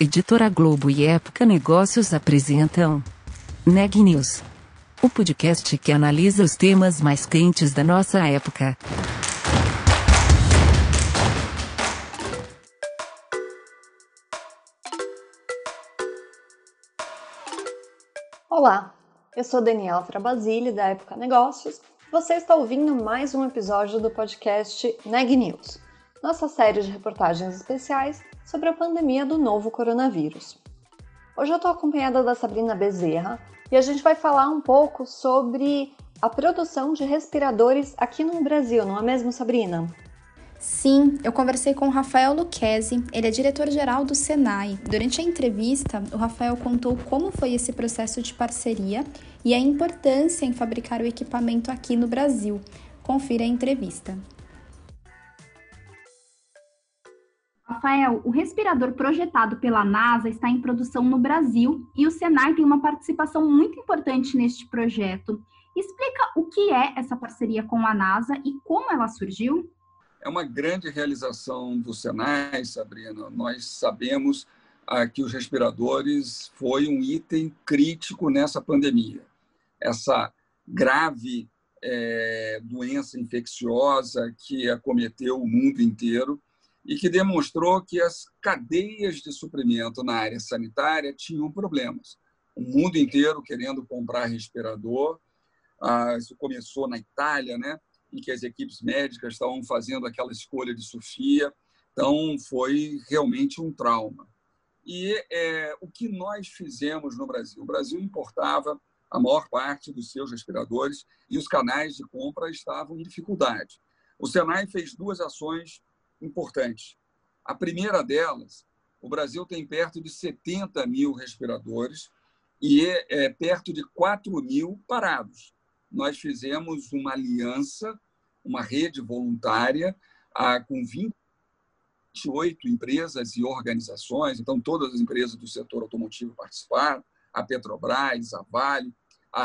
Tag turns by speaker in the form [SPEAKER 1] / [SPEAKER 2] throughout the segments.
[SPEAKER 1] Editora Globo e Época Negócios apresentam Neg News, o podcast que analisa os temas mais quentes da nossa época.
[SPEAKER 2] Olá, eu sou Daniela Trabasile, da Época Negócios. Você está ouvindo mais um episódio do podcast Neg News, nossa série de reportagens especiais sobre a pandemia do novo coronavírus. Hoje eu estou acompanhada da Sabrina Bezerra e a gente vai falar um pouco sobre a produção de respiradores aqui no Brasil, não é mesmo, Sabrina?
[SPEAKER 3] Sim, eu conversei com o Rafael Lucchesi, ele é diretor-geral do Senai. Durante a entrevista, o Rafael contou como foi esse processo de parceria e a importância em fabricar o equipamento aqui no Brasil. Confira a entrevista.
[SPEAKER 4] Rafael, o respirador projetado pela NASA está em produção no Brasil e o Senai tem uma participação muito importante neste projeto. Explica o que é essa parceria com a NASA e como ela surgiu?
[SPEAKER 5] É uma grande realização do Senai, Sabrina. Nós sabemos que os respiradores foi um item crítico nessa pandemia. Essa grave doença infecciosa que acometeu o mundo inteiro e que demonstrou que as cadeias de suprimento na área sanitária tinham problemas. O mundo inteiro querendo comprar respirador. Isso começou na Itália, né? Em que as equipes médicas estavam fazendo aquela escolha de Sofia. Então, foi realmente um trauma. E o que nós fizemos no Brasil? O Brasil importava a maior parte dos seus respiradores e os canais de compra estavam em dificuldade. O Senai fez duas ações importantes. A primeira delas, o Brasil tem perto de 70 mil respiradores e perto de 4 mil parados. Nós fizemos uma aliança, uma rede voluntária com 28 empresas e organizações, então todas as empresas do setor automotivo participaram, a Petrobras, a Vale,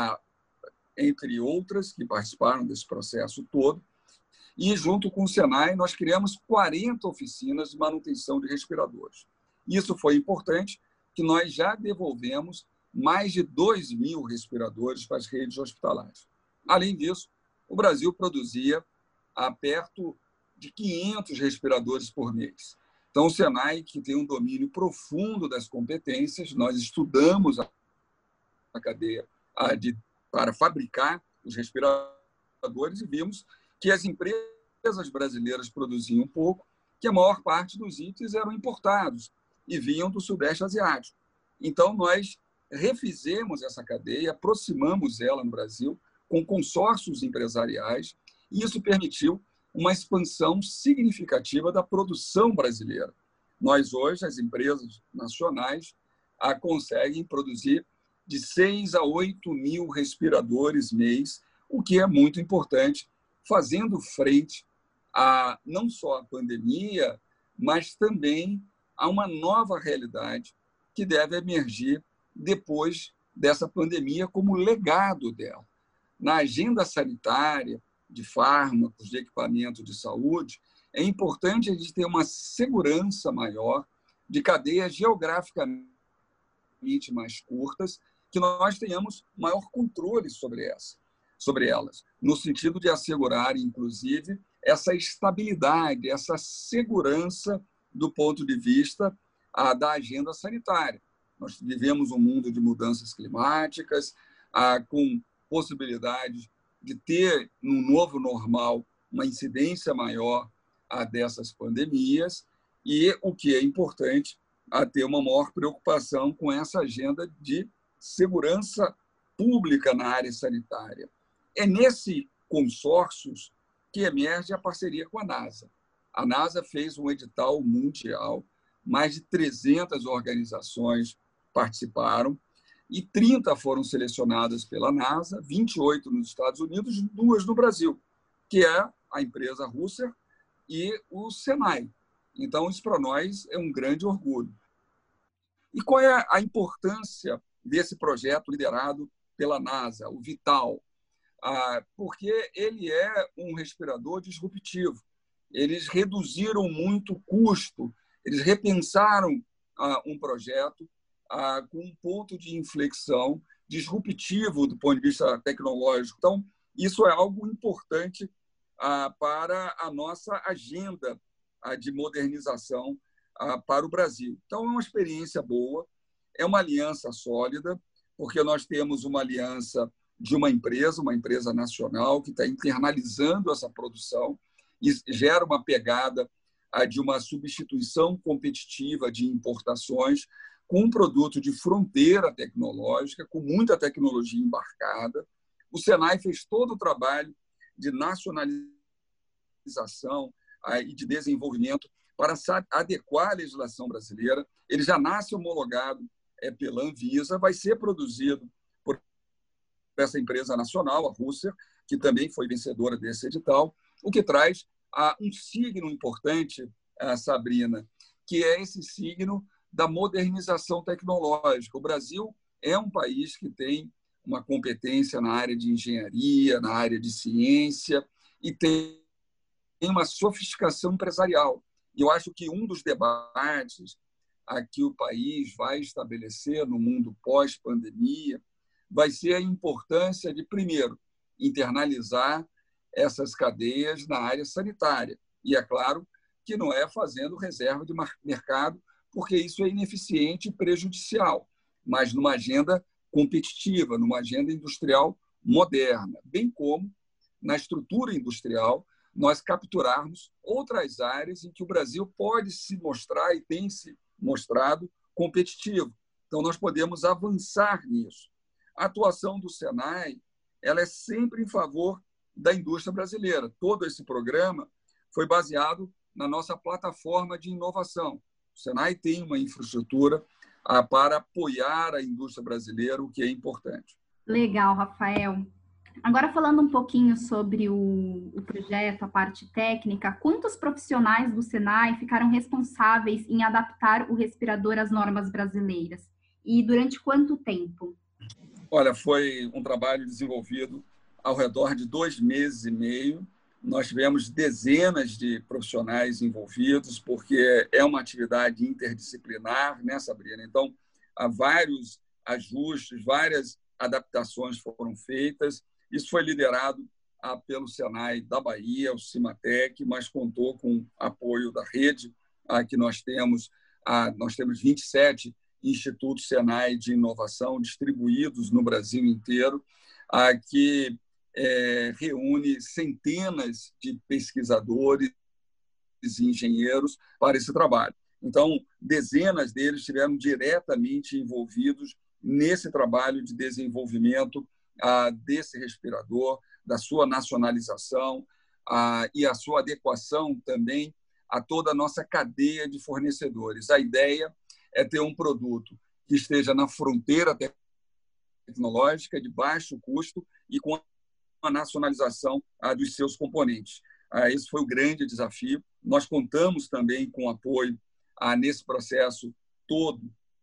[SPEAKER 5] entre outras que participaram desse processo todo. E, junto com o Senai, nós criamos 40 oficinas de manutenção de respiradores. Isso foi importante, que nós já devolvemos mais de 2 mil respiradores para as redes hospitalares. Além disso, o Brasil produzia perto de 500 respiradores por mês. Então, o Senai, que tem um domínio profundo das competências, nós estudamos a cadeia para fabricar os respiradores e vimos que as empresas brasileiras produziam pouco, que a maior parte dos itens eram importados e vinham do Sudeste Asiático. Então, nós refizemos essa cadeia, aproximamos ela no Brasil com consórcios empresariais, e isso permitiu uma expansão significativa da produção brasileira. Nós, hoje, as empresas nacionais, conseguem produzir de 6 a 8 mil respiradores mês, o que é muito importante, fazendo frente não só à pandemia, mas também a uma nova realidade que deve emergir depois dessa pandemia como legado dela. Na agenda sanitária, de fármacos, de equipamento de saúde, é importante a gente ter uma segurança maior de cadeias geograficamente mais curtas, que nós tenhamos maior controle sobre elas, no sentido de assegurar, inclusive, essa estabilidade, essa segurança do ponto de vista da agenda sanitária. Nós vivemos um mundo de mudanças climáticas, com possibilidade de ter, no novo normal, uma incidência maior dessas pandemias e, o que é importante, ter uma maior preocupação com essa agenda de segurança pública na área sanitária. É nesse consórcio que emerge a parceria com a NASA. A NASA fez um edital mundial, mais de 300 organizações participaram, e 30 foram selecionadas pela NASA, 28 nos Estados Unidos, 2 no Brasil, que é a empresa Russer e o Senai. Então, isso para nós é um grande orgulho. E qual é a importância desse projeto liderado pela NASA, o Vital? Porque ele é um respirador disruptivo. Eles reduziram muito o custo, eles repensaram um projeto com um ponto de inflexão disruptivo do ponto de vista tecnológico. Então, isso é algo importante para a nossa agenda de modernização para o Brasil. Então, é uma experiência boa, é uma aliança sólida, porque nós temos uma aliança de uma empresa nacional, que está internalizando essa produção e gera uma pegada de uma substituição competitiva de importações com um produto de fronteira tecnológica, com muita tecnologia embarcada. O Senai fez todo o trabalho de nacionalização e de desenvolvimento para adequar a legislação brasileira. Ele já nasce homologado pela Anvisa, vai ser produzido por essa empresa nacional, a Russer, que também foi vencedora desse edital, o que traz um signo importante, Sabrina, que é esse signo da modernização tecnológica. O Brasil é um país que tem uma competência na área de engenharia, na área de ciência, e tem uma sofisticação empresarial. E eu acho que um dos debates que o país vai estabelecer no mundo pós-pandemia vai ser a importância de, primeiro, internalizar essas cadeias na área sanitária. E é claro que não é fazendo reserva de mercado, porque isso é ineficiente e prejudicial, mas numa agenda competitiva, numa agenda industrial moderna, bem como na estrutura industrial, nós capturarmos outras áreas em que o Brasil pode se mostrar e tem se mostrado competitivo. Então, nós podemos avançar nisso. A atuação do Senai ela é sempre em favor da indústria brasileira. Todo esse programa foi baseado na nossa plataforma de inovação. O Senai tem uma infraestrutura para apoiar a indústria brasileira, o que é importante.
[SPEAKER 4] Legal, Rafael. Agora, falando um pouquinho sobre o projeto, a parte técnica, quantos profissionais do Senai ficaram responsáveis em adaptar o respirador às normas brasileiras? E durante quanto tempo?
[SPEAKER 5] Olha, foi um trabalho desenvolvido ao redor de 2 meses e meio. Nós tivemos dezenas de profissionais envolvidos, porque é uma atividade interdisciplinar, né, Sabrina? Então, há vários ajustes, várias adaptações foram feitas. Isso foi liderado pelo Senai da Bahia, o Cimatec, mas contou com apoio da rede que nós temos. Nós temos 27 institutos Senai de inovação distribuídos no Brasil inteiro, que reúne centenas de pesquisadores e engenheiros para esse trabalho. Então, dezenas deles estiveram diretamente envolvidos nesse trabalho de desenvolvimento desse respirador, da sua nacionalização e a sua adequação também a toda a nossa cadeia de fornecedores. A ideia é ter um produto que esteja na fronteira tecnológica, de baixo custo e com a nacionalização dos seus componentes. Esse foi o grande desafio. Nós contamos também com apoio nesse processo todo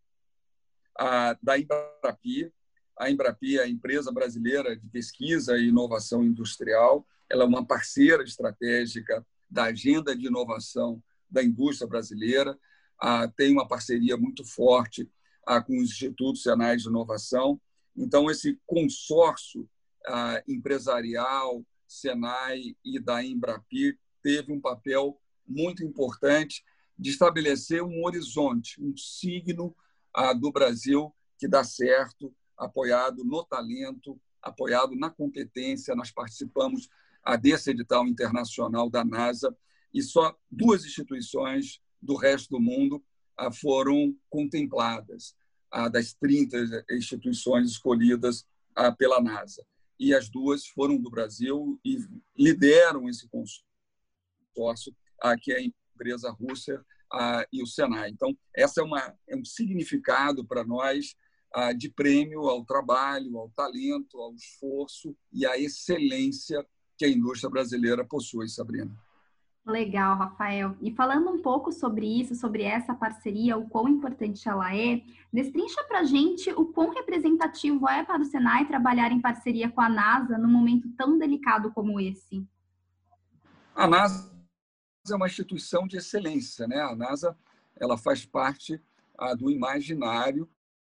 [SPEAKER 5] da Embrapi. A Embrapi é a empresa brasileira de pesquisa e inovação industrial. Ela é uma parceira estratégica da agenda de inovação da indústria brasileira. Tem uma parceria muito forte com os institutos Senai de inovação. Então, esse consórcio empresarial, Senai e da Embrapi teve um papel muito importante de estabelecer um horizonte, um signo do Brasil que dá certo, apoiado no talento, apoiado na competência. Nós participamos desse edital internacional da NASA e só 2 instituições do resto do mundo foram contempladas, das 30 instituições escolhidas pela NASA. E as 2 foram do Brasil e lideram esse consórcio, que é a empresa Russer e o Senai. Então, essa é um significado para nós de prêmio ao trabalho, ao talento, ao esforço e à excelência que a indústria brasileira possui, Sabrina.
[SPEAKER 4] Legal, Rafael. E falando um pouco sobre isso, sobre essa parceria, o quão importante ela é, destrincha para a gente o quão representativo é para o Senai trabalhar em parceria com a NASA num momento tão delicado como esse.
[SPEAKER 5] A NASA é uma instituição de excelência, né? A NASA ela faz parte do imaginário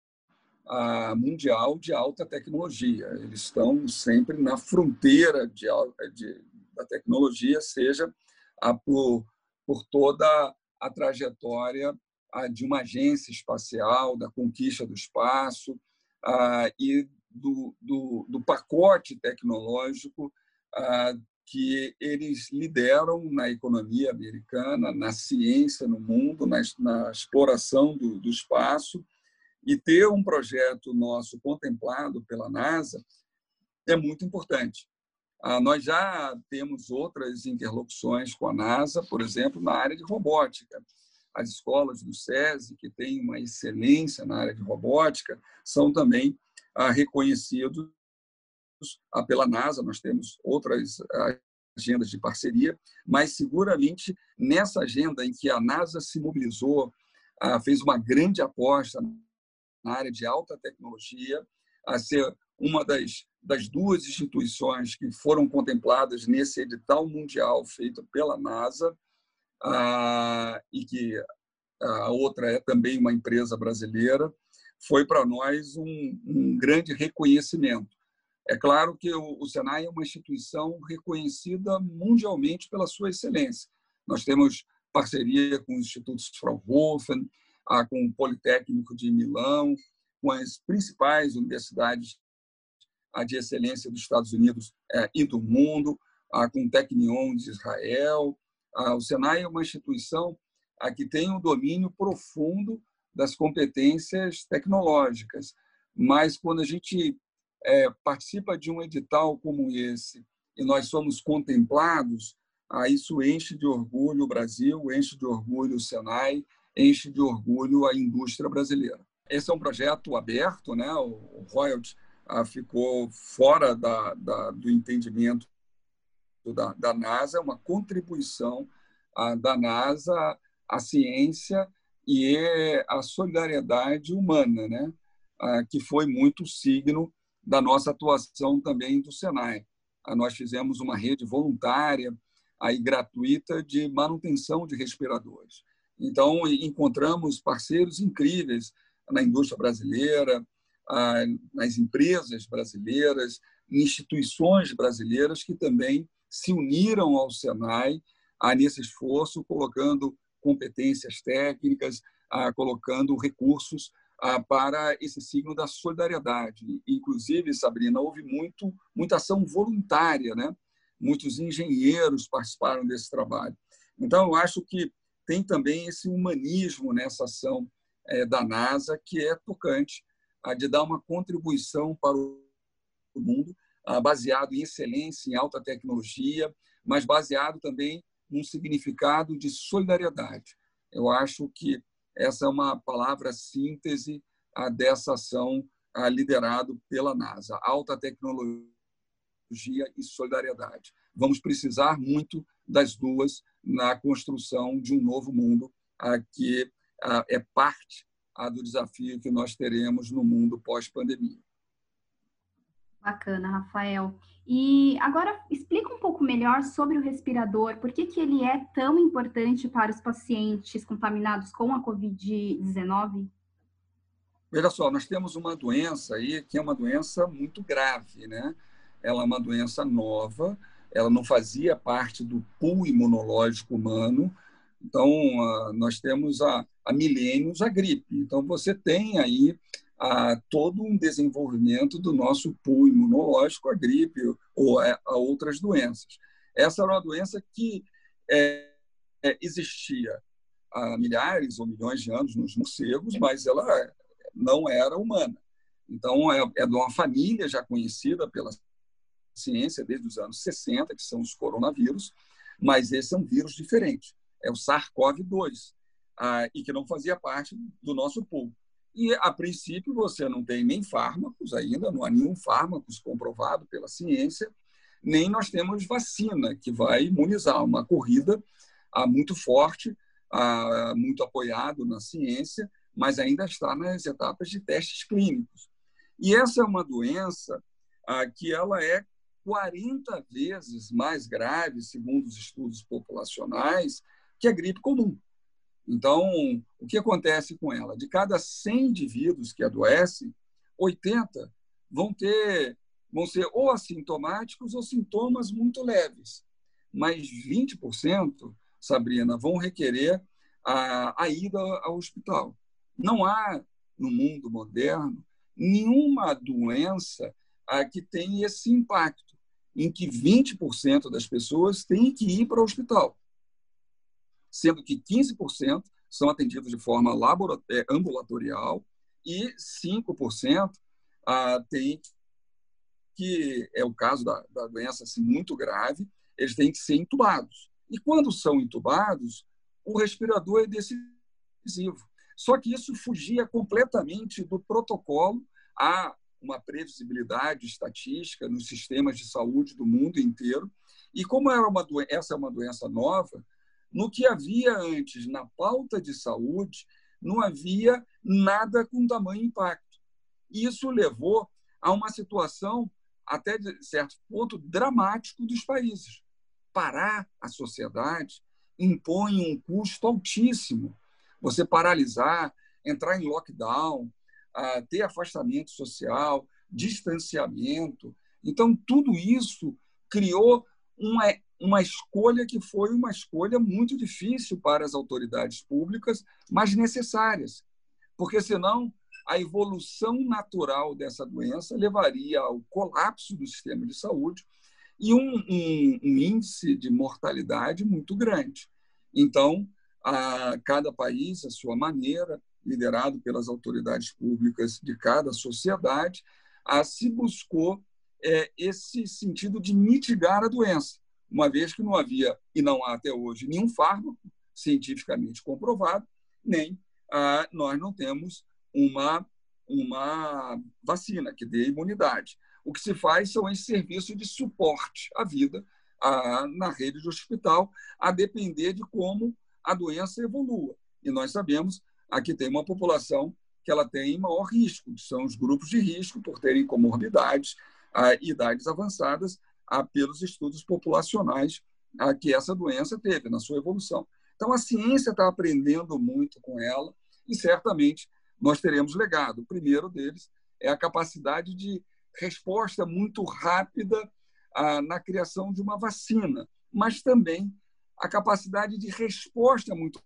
[SPEAKER 5] mundial de alta tecnologia. Eles estão sempre na fronteira da tecnologia, seja por toda a trajetória de uma agência espacial, da conquista do espaço e do pacote tecnológico que eles lideram na economia americana, na ciência no mundo, na exploração do espaço. E ter um projeto nosso contemplado pela NASA é muito importante. Nós já temos outras interlocuções com a NASA, por exemplo, na área de robótica. As escolas do SESI, que têm uma excelência na área de robótica, são também reconhecidos pela NASA. Nós temos outras agendas de parceria, mas seguramente nessa agenda em que a NASA se mobilizou, fez uma grande aposta na área de alta tecnologia, a ser uma das duas instituições que foram contempladas nesse edital mundial feito pela NASA, e que a outra é também uma empresa brasileira, foi para nós um grande reconhecimento. É claro que o Senai é uma instituição reconhecida mundialmente pela sua excelência. Nós temos parceria com os institutos Fraunhofer, com o Politécnico de Milão, com as principais universidades de excelência dos Estados Unidos e do mundo, com o Technion de Israel. O Senai é uma instituição que tem um domínio profundo das competências tecnológicas, mas quando a gente participa de um edital como esse e nós somos contemplados, isso enche de orgulho o Brasil, enche de orgulho o Senai, enche de orgulho a indústria brasileira. Esse é um projeto aberto, né? O royalties ficou fora do entendimento da NASA, é uma contribuição da NASA à ciência e à solidariedade humana, né? Que foi muito signo da nossa atuação também do Senai. Nós fizemos uma rede voluntária e gratuita de manutenção de respiradores. Então, encontramos parceiros incríveis na indústria brasileira, nas empresas brasileiras, instituições brasileiras que também se uniram ao Senai nesse esforço, colocando competências técnicas, colocando recursos para esse signo da solidariedade. Inclusive, Sabrina, houve muita ação voluntária, né? Muitos engenheiros participaram desse trabalho. Então, eu acho que tem também esse humanismo nessa ação da NASA, que é tocante, de dar uma contribuição para o mundo, baseado em excelência, em alta tecnologia, mas baseado também num significado de solidariedade. Eu acho que essa é uma palavra síntese dessa ação liderada pela NASA, alta tecnologia e solidariedade. Vamos precisar muito das duas na construção de um novo mundo que é parte do desafio que nós teremos no mundo pós-pandemia.
[SPEAKER 4] Bacana, Rafael. E agora explica um pouco melhor sobre o respirador, por que ele é tão importante para os pacientes contaminados com a Covid-19?
[SPEAKER 5] Veja só, nós temos uma doença aí que é uma doença muito grave, né? Ela é uma doença nova, ela não fazia parte do pool imunológico humano. Então, nós temos há milênios a gripe. Então, você tem aí todo um desenvolvimento do nosso pool imunológico, a gripe ou a outras doenças. Essa era uma doença que existia há milhares ou milhões de anos nos morcegos, mas ela não era humana. Então, é de uma família já conhecida pela ciência desde os anos 60, que são os coronavírus, mas esse é um vírus diferente. É o SARS-CoV-2, e que não fazia parte do nosso pool. E, a princípio, você não tem nem fármacos ainda, não há nenhum fármaco comprovado pela ciência, nem nós temos vacina que vai imunizar. Uma corrida muito forte, muito apoiado na ciência, mas ainda está nas etapas de testes clínicos. E essa é uma doença que ela é 40 vezes mais grave, segundo os estudos populacionais, que a gripe comum. Então, o que acontece com ela? De cada 100 indivíduos que adoecem, 80 vão ser ou assintomáticos ou sintomas muito leves. Mas 20%, Sabrina, vão requerer a ida ao hospital. Não há, no mundo moderno, nenhuma doença que tem esse impacto, em que 20% das pessoas têm que ir para o hospital, sendo que 15% são atendidos de forma ambulatorial e 5% tem que, é o caso da doença assim, muito grave, eles têm que ser entubados. E quando são entubados, o respirador é decisivo. Só que isso fugia completamente do protocolo. Há uma previsibilidade estatística nos sistemas de saúde do mundo inteiro. E como essa é uma doença nova, no que havia antes na pauta de saúde, não havia nada com tamanho impacto. E isso levou a uma situação, até de certo ponto, dramático dos países. Parar a sociedade impõe um custo altíssimo. Você paralisar, entrar em lockdown, ter afastamento social, distanciamento. Então, tudo isso criou uma escolha que foi uma escolha muito difícil para as autoridades públicas, mas necessárias, porque senão a evolução natural dessa doença levaria ao colapso do sistema de saúde e um índice de mortalidade muito grande. Então, cada país, à sua maneira, liderado pelas autoridades públicas de cada sociedade, se buscou esse sentido de mitigar a doença, uma vez que não havia, e não há até hoje, nenhum fármaco cientificamente comprovado, nem nós não temos uma vacina que dê imunidade. O que se faz são esses serviços de suporte à vida na rede de hospital, a depender de como a doença evolua. E nós sabemos que tem uma população que ela tem maior risco, que são os grupos de risco por terem comorbidades, idades avançadas, pelos estudos populacionais que essa doença teve na sua evolução. Então, a ciência está aprendendo muito com ela e, certamente, nós teremos legado. O primeiro deles é a capacidade de resposta muito rápida na criação de uma vacina, mas também a capacidade de resposta muito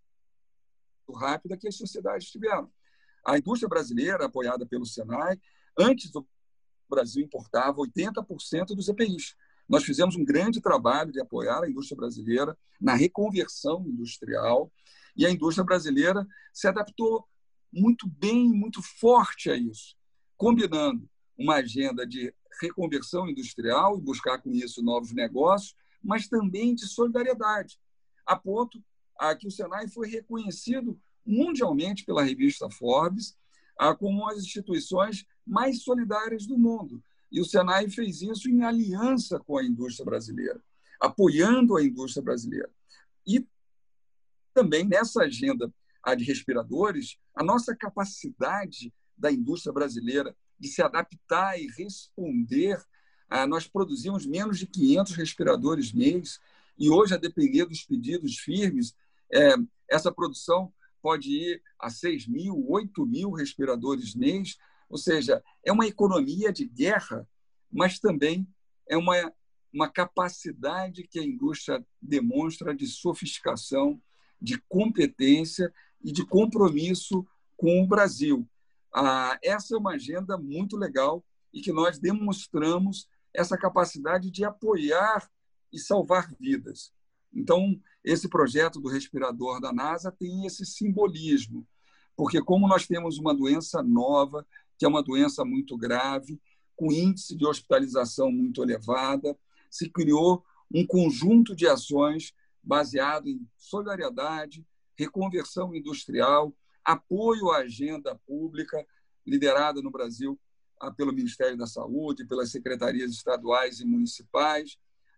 [SPEAKER 5] rápida que as sociedades tiveram. A indústria brasileira, apoiada pelo Senai, antes o Brasil importava 80% dos EPIs. Nós fizemos um grande trabalho de apoiar a indústria brasileira na reconversão industrial, e a indústria brasileira se adaptou muito bem, muito forte a isso, combinando uma agenda de reconversão industrial e buscar com isso novos negócios, mas também de solidariedade, a ponto que o Senai foi reconhecido mundialmente pela revista Forbes como uma das instituições mais solidárias do mundo. E o Senai fez isso em aliança com a indústria brasileira, apoiando a indústria brasileira. E também nessa agenda de respiradores, a nossa capacidade da indústria brasileira de se adaptar e responder, nós produzimos menos de 500 respiradores mês, e hoje, a depender dos pedidos firmes, essa produção pode ir a 6.000, 8.000 respiradores mês, ou seja, é uma economia de guerra, mas também é uma capacidade que a indústria demonstra de sofisticação, de competência e de compromisso com o Brasil. Essa é uma agenda muito legal e que nós demonstramos essa capacidade de apoiar e salvar vidas. Então, esse projeto do respirador da NASA tem esse simbolismo, porque como nós temos uma doença nova, que é uma doença muito grave, com índice de hospitalização muito elevada, se criou um conjunto de ações baseado em solidariedade, reconversão industrial, apoio à agenda pública, liderada no Brasil pelo Ministério da Saúde, pelas secretarias estaduais e municipais,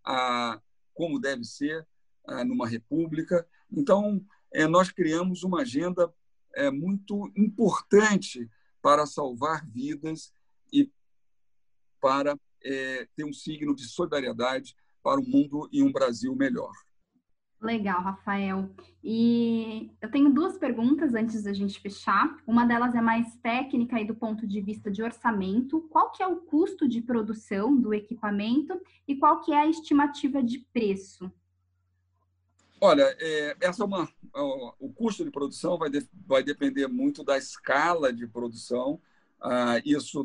[SPEAKER 5] como deve ser numa república. Então, nós criamos uma agenda muito importante para salvar vidas e para ter um signo de solidariedade para um mundo e um Brasil melhor.
[SPEAKER 4] Legal, Rafael. E eu tenho duas perguntas antes da gente fechar. Uma delas é mais técnica e do ponto de vista de orçamento. Qual que é o custo de produção do equipamento e qual que é a estimativa de preço?
[SPEAKER 5] Olha, o custo de produção vai depender muito da escala de produção. Isso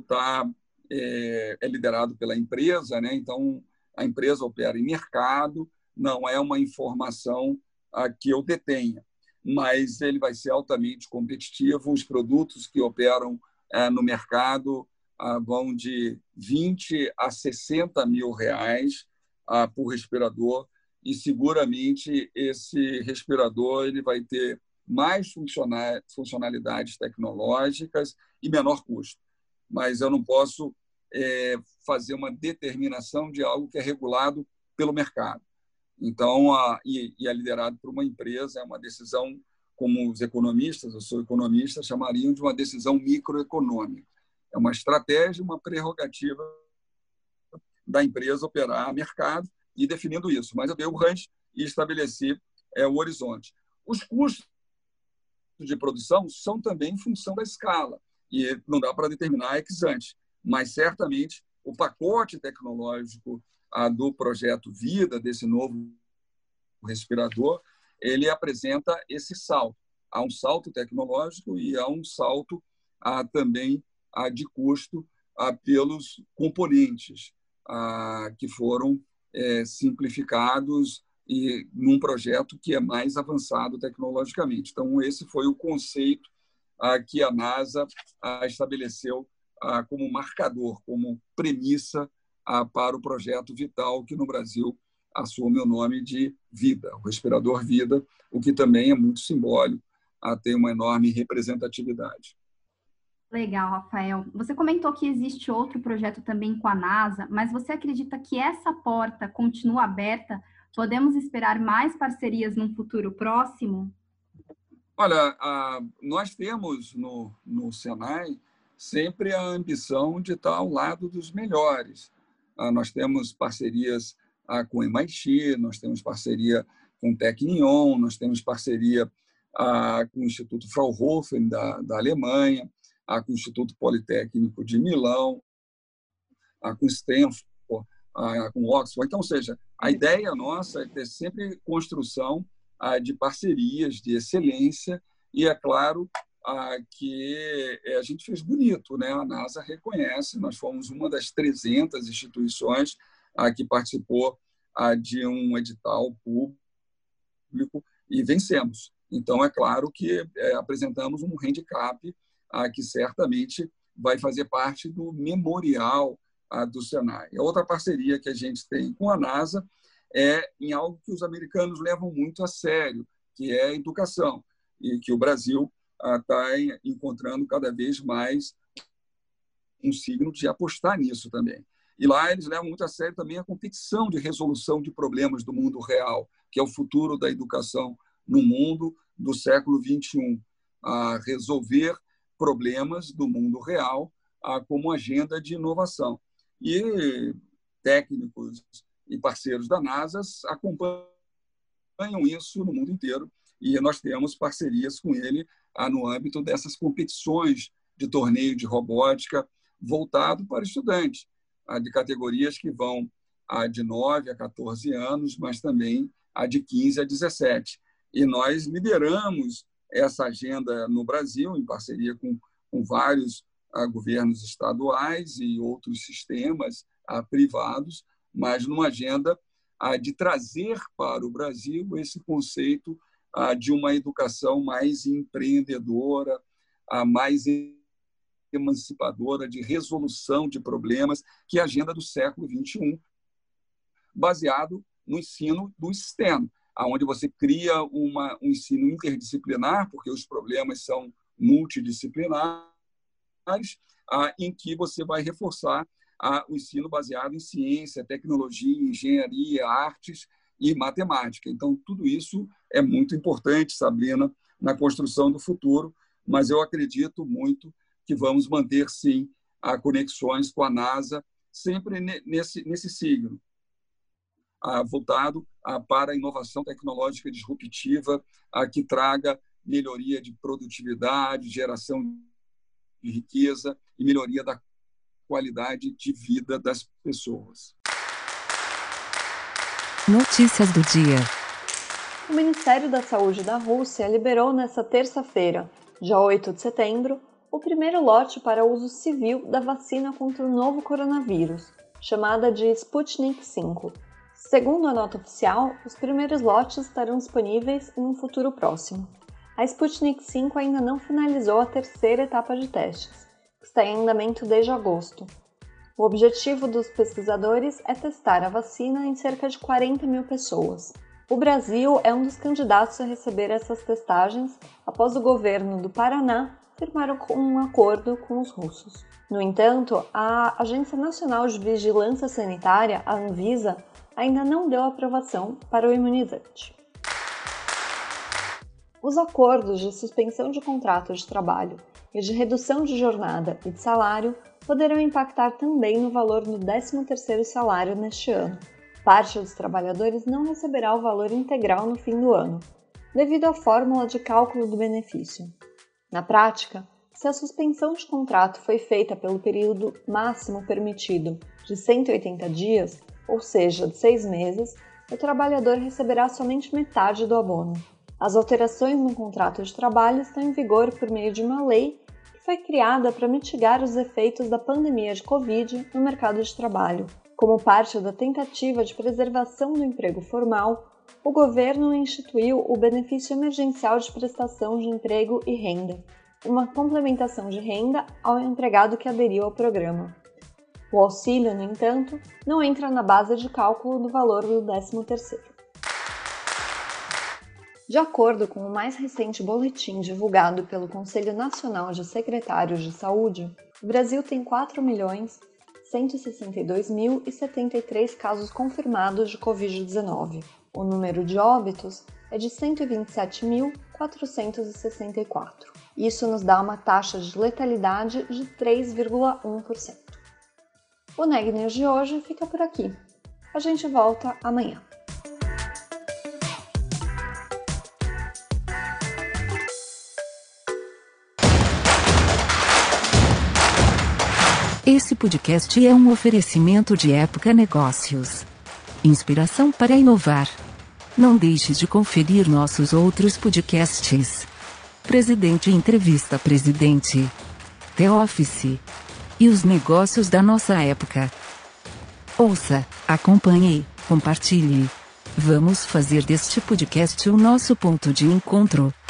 [SPEAKER 5] é liderado pela empresa, né? Então, a empresa opera em mercado, não é uma informação que eu detenha, mas ele vai ser altamente competitivo. Os produtos que operam no mercado vão de 20 a 60 mil reais por respirador, e seguramente esse respirador ele vai ter mais funcionalidades tecnológicas e menor custo. Mas eu não posso fazer uma determinação de algo que é regulado pelo mercado. Então, é liderado por uma empresa, é uma decisão, como os economistas, eu sou economista, chamariam de uma decisão microeconômica. É uma estratégia, uma prerrogativa da empresa operar mercado e definindo isso. Mas eu dei o range e estabeleci o horizonte. Os custos de produção são também em função da escala, e não dá para determinar ex ante, mas certamente o pacote tecnológico do projeto Vida, desse novo respirador, ele apresenta esse salto. Há um salto tecnológico e há um salto também de custo pelos componentes que foram simplificados e num projeto que é mais avançado tecnologicamente. Então, esse foi o conceito que a NASA estabeleceu como marcador, como premissa para o projeto Vital, que no Brasil assume o nome de Vida, o respirador Vida, o que também é muito simbólico, tem uma enorme representatividade.
[SPEAKER 4] Legal, Rafael. Você comentou que existe outro projeto também com a NASA, mas você acredita que essa porta continua aberta? Podemos esperar mais parcerias num futuro próximo?
[SPEAKER 5] Olha, nós temos no Senai sempre a ambição de estar ao lado dos melhores. Nós temos parcerias com o MIT, nós temos parceria com o Technion, nós temos parceria com o Instituto Fraunhofer da Alemanha, com o Instituto Politécnico de Milão, com Stanford, com Oxford. Então, ou seja, a ideia nossa é ter sempre construção de parcerias de excelência, e é claro que a gente fez bonito, né? A NASA reconhece, nós fomos uma das 300 instituições que participou de um edital público e vencemos. Então, é claro que apresentamos um handicap que certamente vai fazer parte do memorial do Senai. A outra parceria que a gente tem com a NASA é em algo que os americanos levam muito a sério, que é a educação, e que o Brasil está encontrando cada vez mais um signo de apostar nisso também. E lá eles levam muito a sério também a competição de resolução de problemas do mundo real, que é o futuro da educação no mundo do século XXI. Resolver problemas do mundo real como agenda de inovação. E técnicos e parceiros da NASA acompanham isso no mundo inteiro, e nós temos parcerias com ele no âmbito dessas competições de torneio de robótica voltado para estudantes de categorias que vão de 9 a 14 anos, mas também de 15 a 17. E nós lideramos essa agenda no Brasil, em parceria com vários governos estaduais e outros sistemas privados, mas numa agenda de trazer para o Brasil esse conceito de uma educação mais empreendedora, mais emancipadora, de resolução de problemas, que é a agenda do século XXI, baseado no ensino do STEM, onde você cria um ensino interdisciplinar, porque os problemas são multidisciplinares, em que você vai reforçar o ensino baseado em ciência, tecnologia, engenharia, artes e matemática. Então, tudo isso é muito importante, Sabrina, na construção do futuro, mas eu acredito muito que vamos manter, sim, conexões com a NASA, sempre nesse signo. voltado para a inovação tecnológica disruptiva, que traga melhoria de produtividade, geração de riqueza e melhoria da qualidade de vida das pessoas.
[SPEAKER 1] Notícias do dia.
[SPEAKER 2] O Ministério da Saúde da Rússia liberou nesta terça-feira, dia 8 de setembro, o primeiro lote para uso civil da vacina contra o novo coronavírus, chamada de Sputnik V. Segundo a nota oficial, os primeiros lotes estarão disponíveis em um futuro próximo. A Sputnik V ainda não finalizou a terceira etapa de testes, que está em andamento desde agosto. O objetivo dos pesquisadores é testar a vacina em cerca de 40 mil pessoas. O Brasil é um dos candidatos a receber essas testagens após o governo do Paraná firmar um acordo com os russos. No entanto, a Agência Nacional de Vigilância Sanitária, a Anvisa, ainda não deu aprovação para o imunizante. Os acordos de suspensão de contrato de trabalho e de redução de jornada e de salário poderão impactar também no valor do 13º salário neste ano. Parte dos trabalhadores não receberá o valor integral no fim do ano, devido à fórmula de cálculo do benefício. Na prática, se a suspensão de contrato foi feita pelo período máximo permitido de 180 dias, ou seja, de 6 meses, o trabalhador receberá somente metade do abono. As alterações no contrato de trabalho estão em vigor por meio de uma lei que foi criada para mitigar os efeitos da pandemia de Covid no mercado de trabalho. Como parte da tentativa de preservação do emprego formal, o governo instituiu o Benefício Emergencial de Prestação de Emprego e Renda, uma complementação de renda ao empregado que aderiu ao programa. O auxílio, no entanto, não entra na base de cálculo do valor do 13º. De acordo com o mais recente boletim divulgado pelo Conselho Nacional de Secretários de Saúde, o Brasil tem 4.162.073 casos confirmados de Covid-19. O número de óbitos é de 127.464. Isso nos dá uma taxa de letalidade de 3,1%. O Neg News de hoje fica por aqui. A gente volta amanhã.
[SPEAKER 1] Esse podcast é um oferecimento de Época Negócios. Inspiração para inovar. Não deixe de conferir nossos outros podcasts. Presidente Entrevista Presidente. The Office. E os negócios da nossa época. Ouça, acompanhe, compartilhe. Vamos fazer deste podcast o nosso ponto de encontro.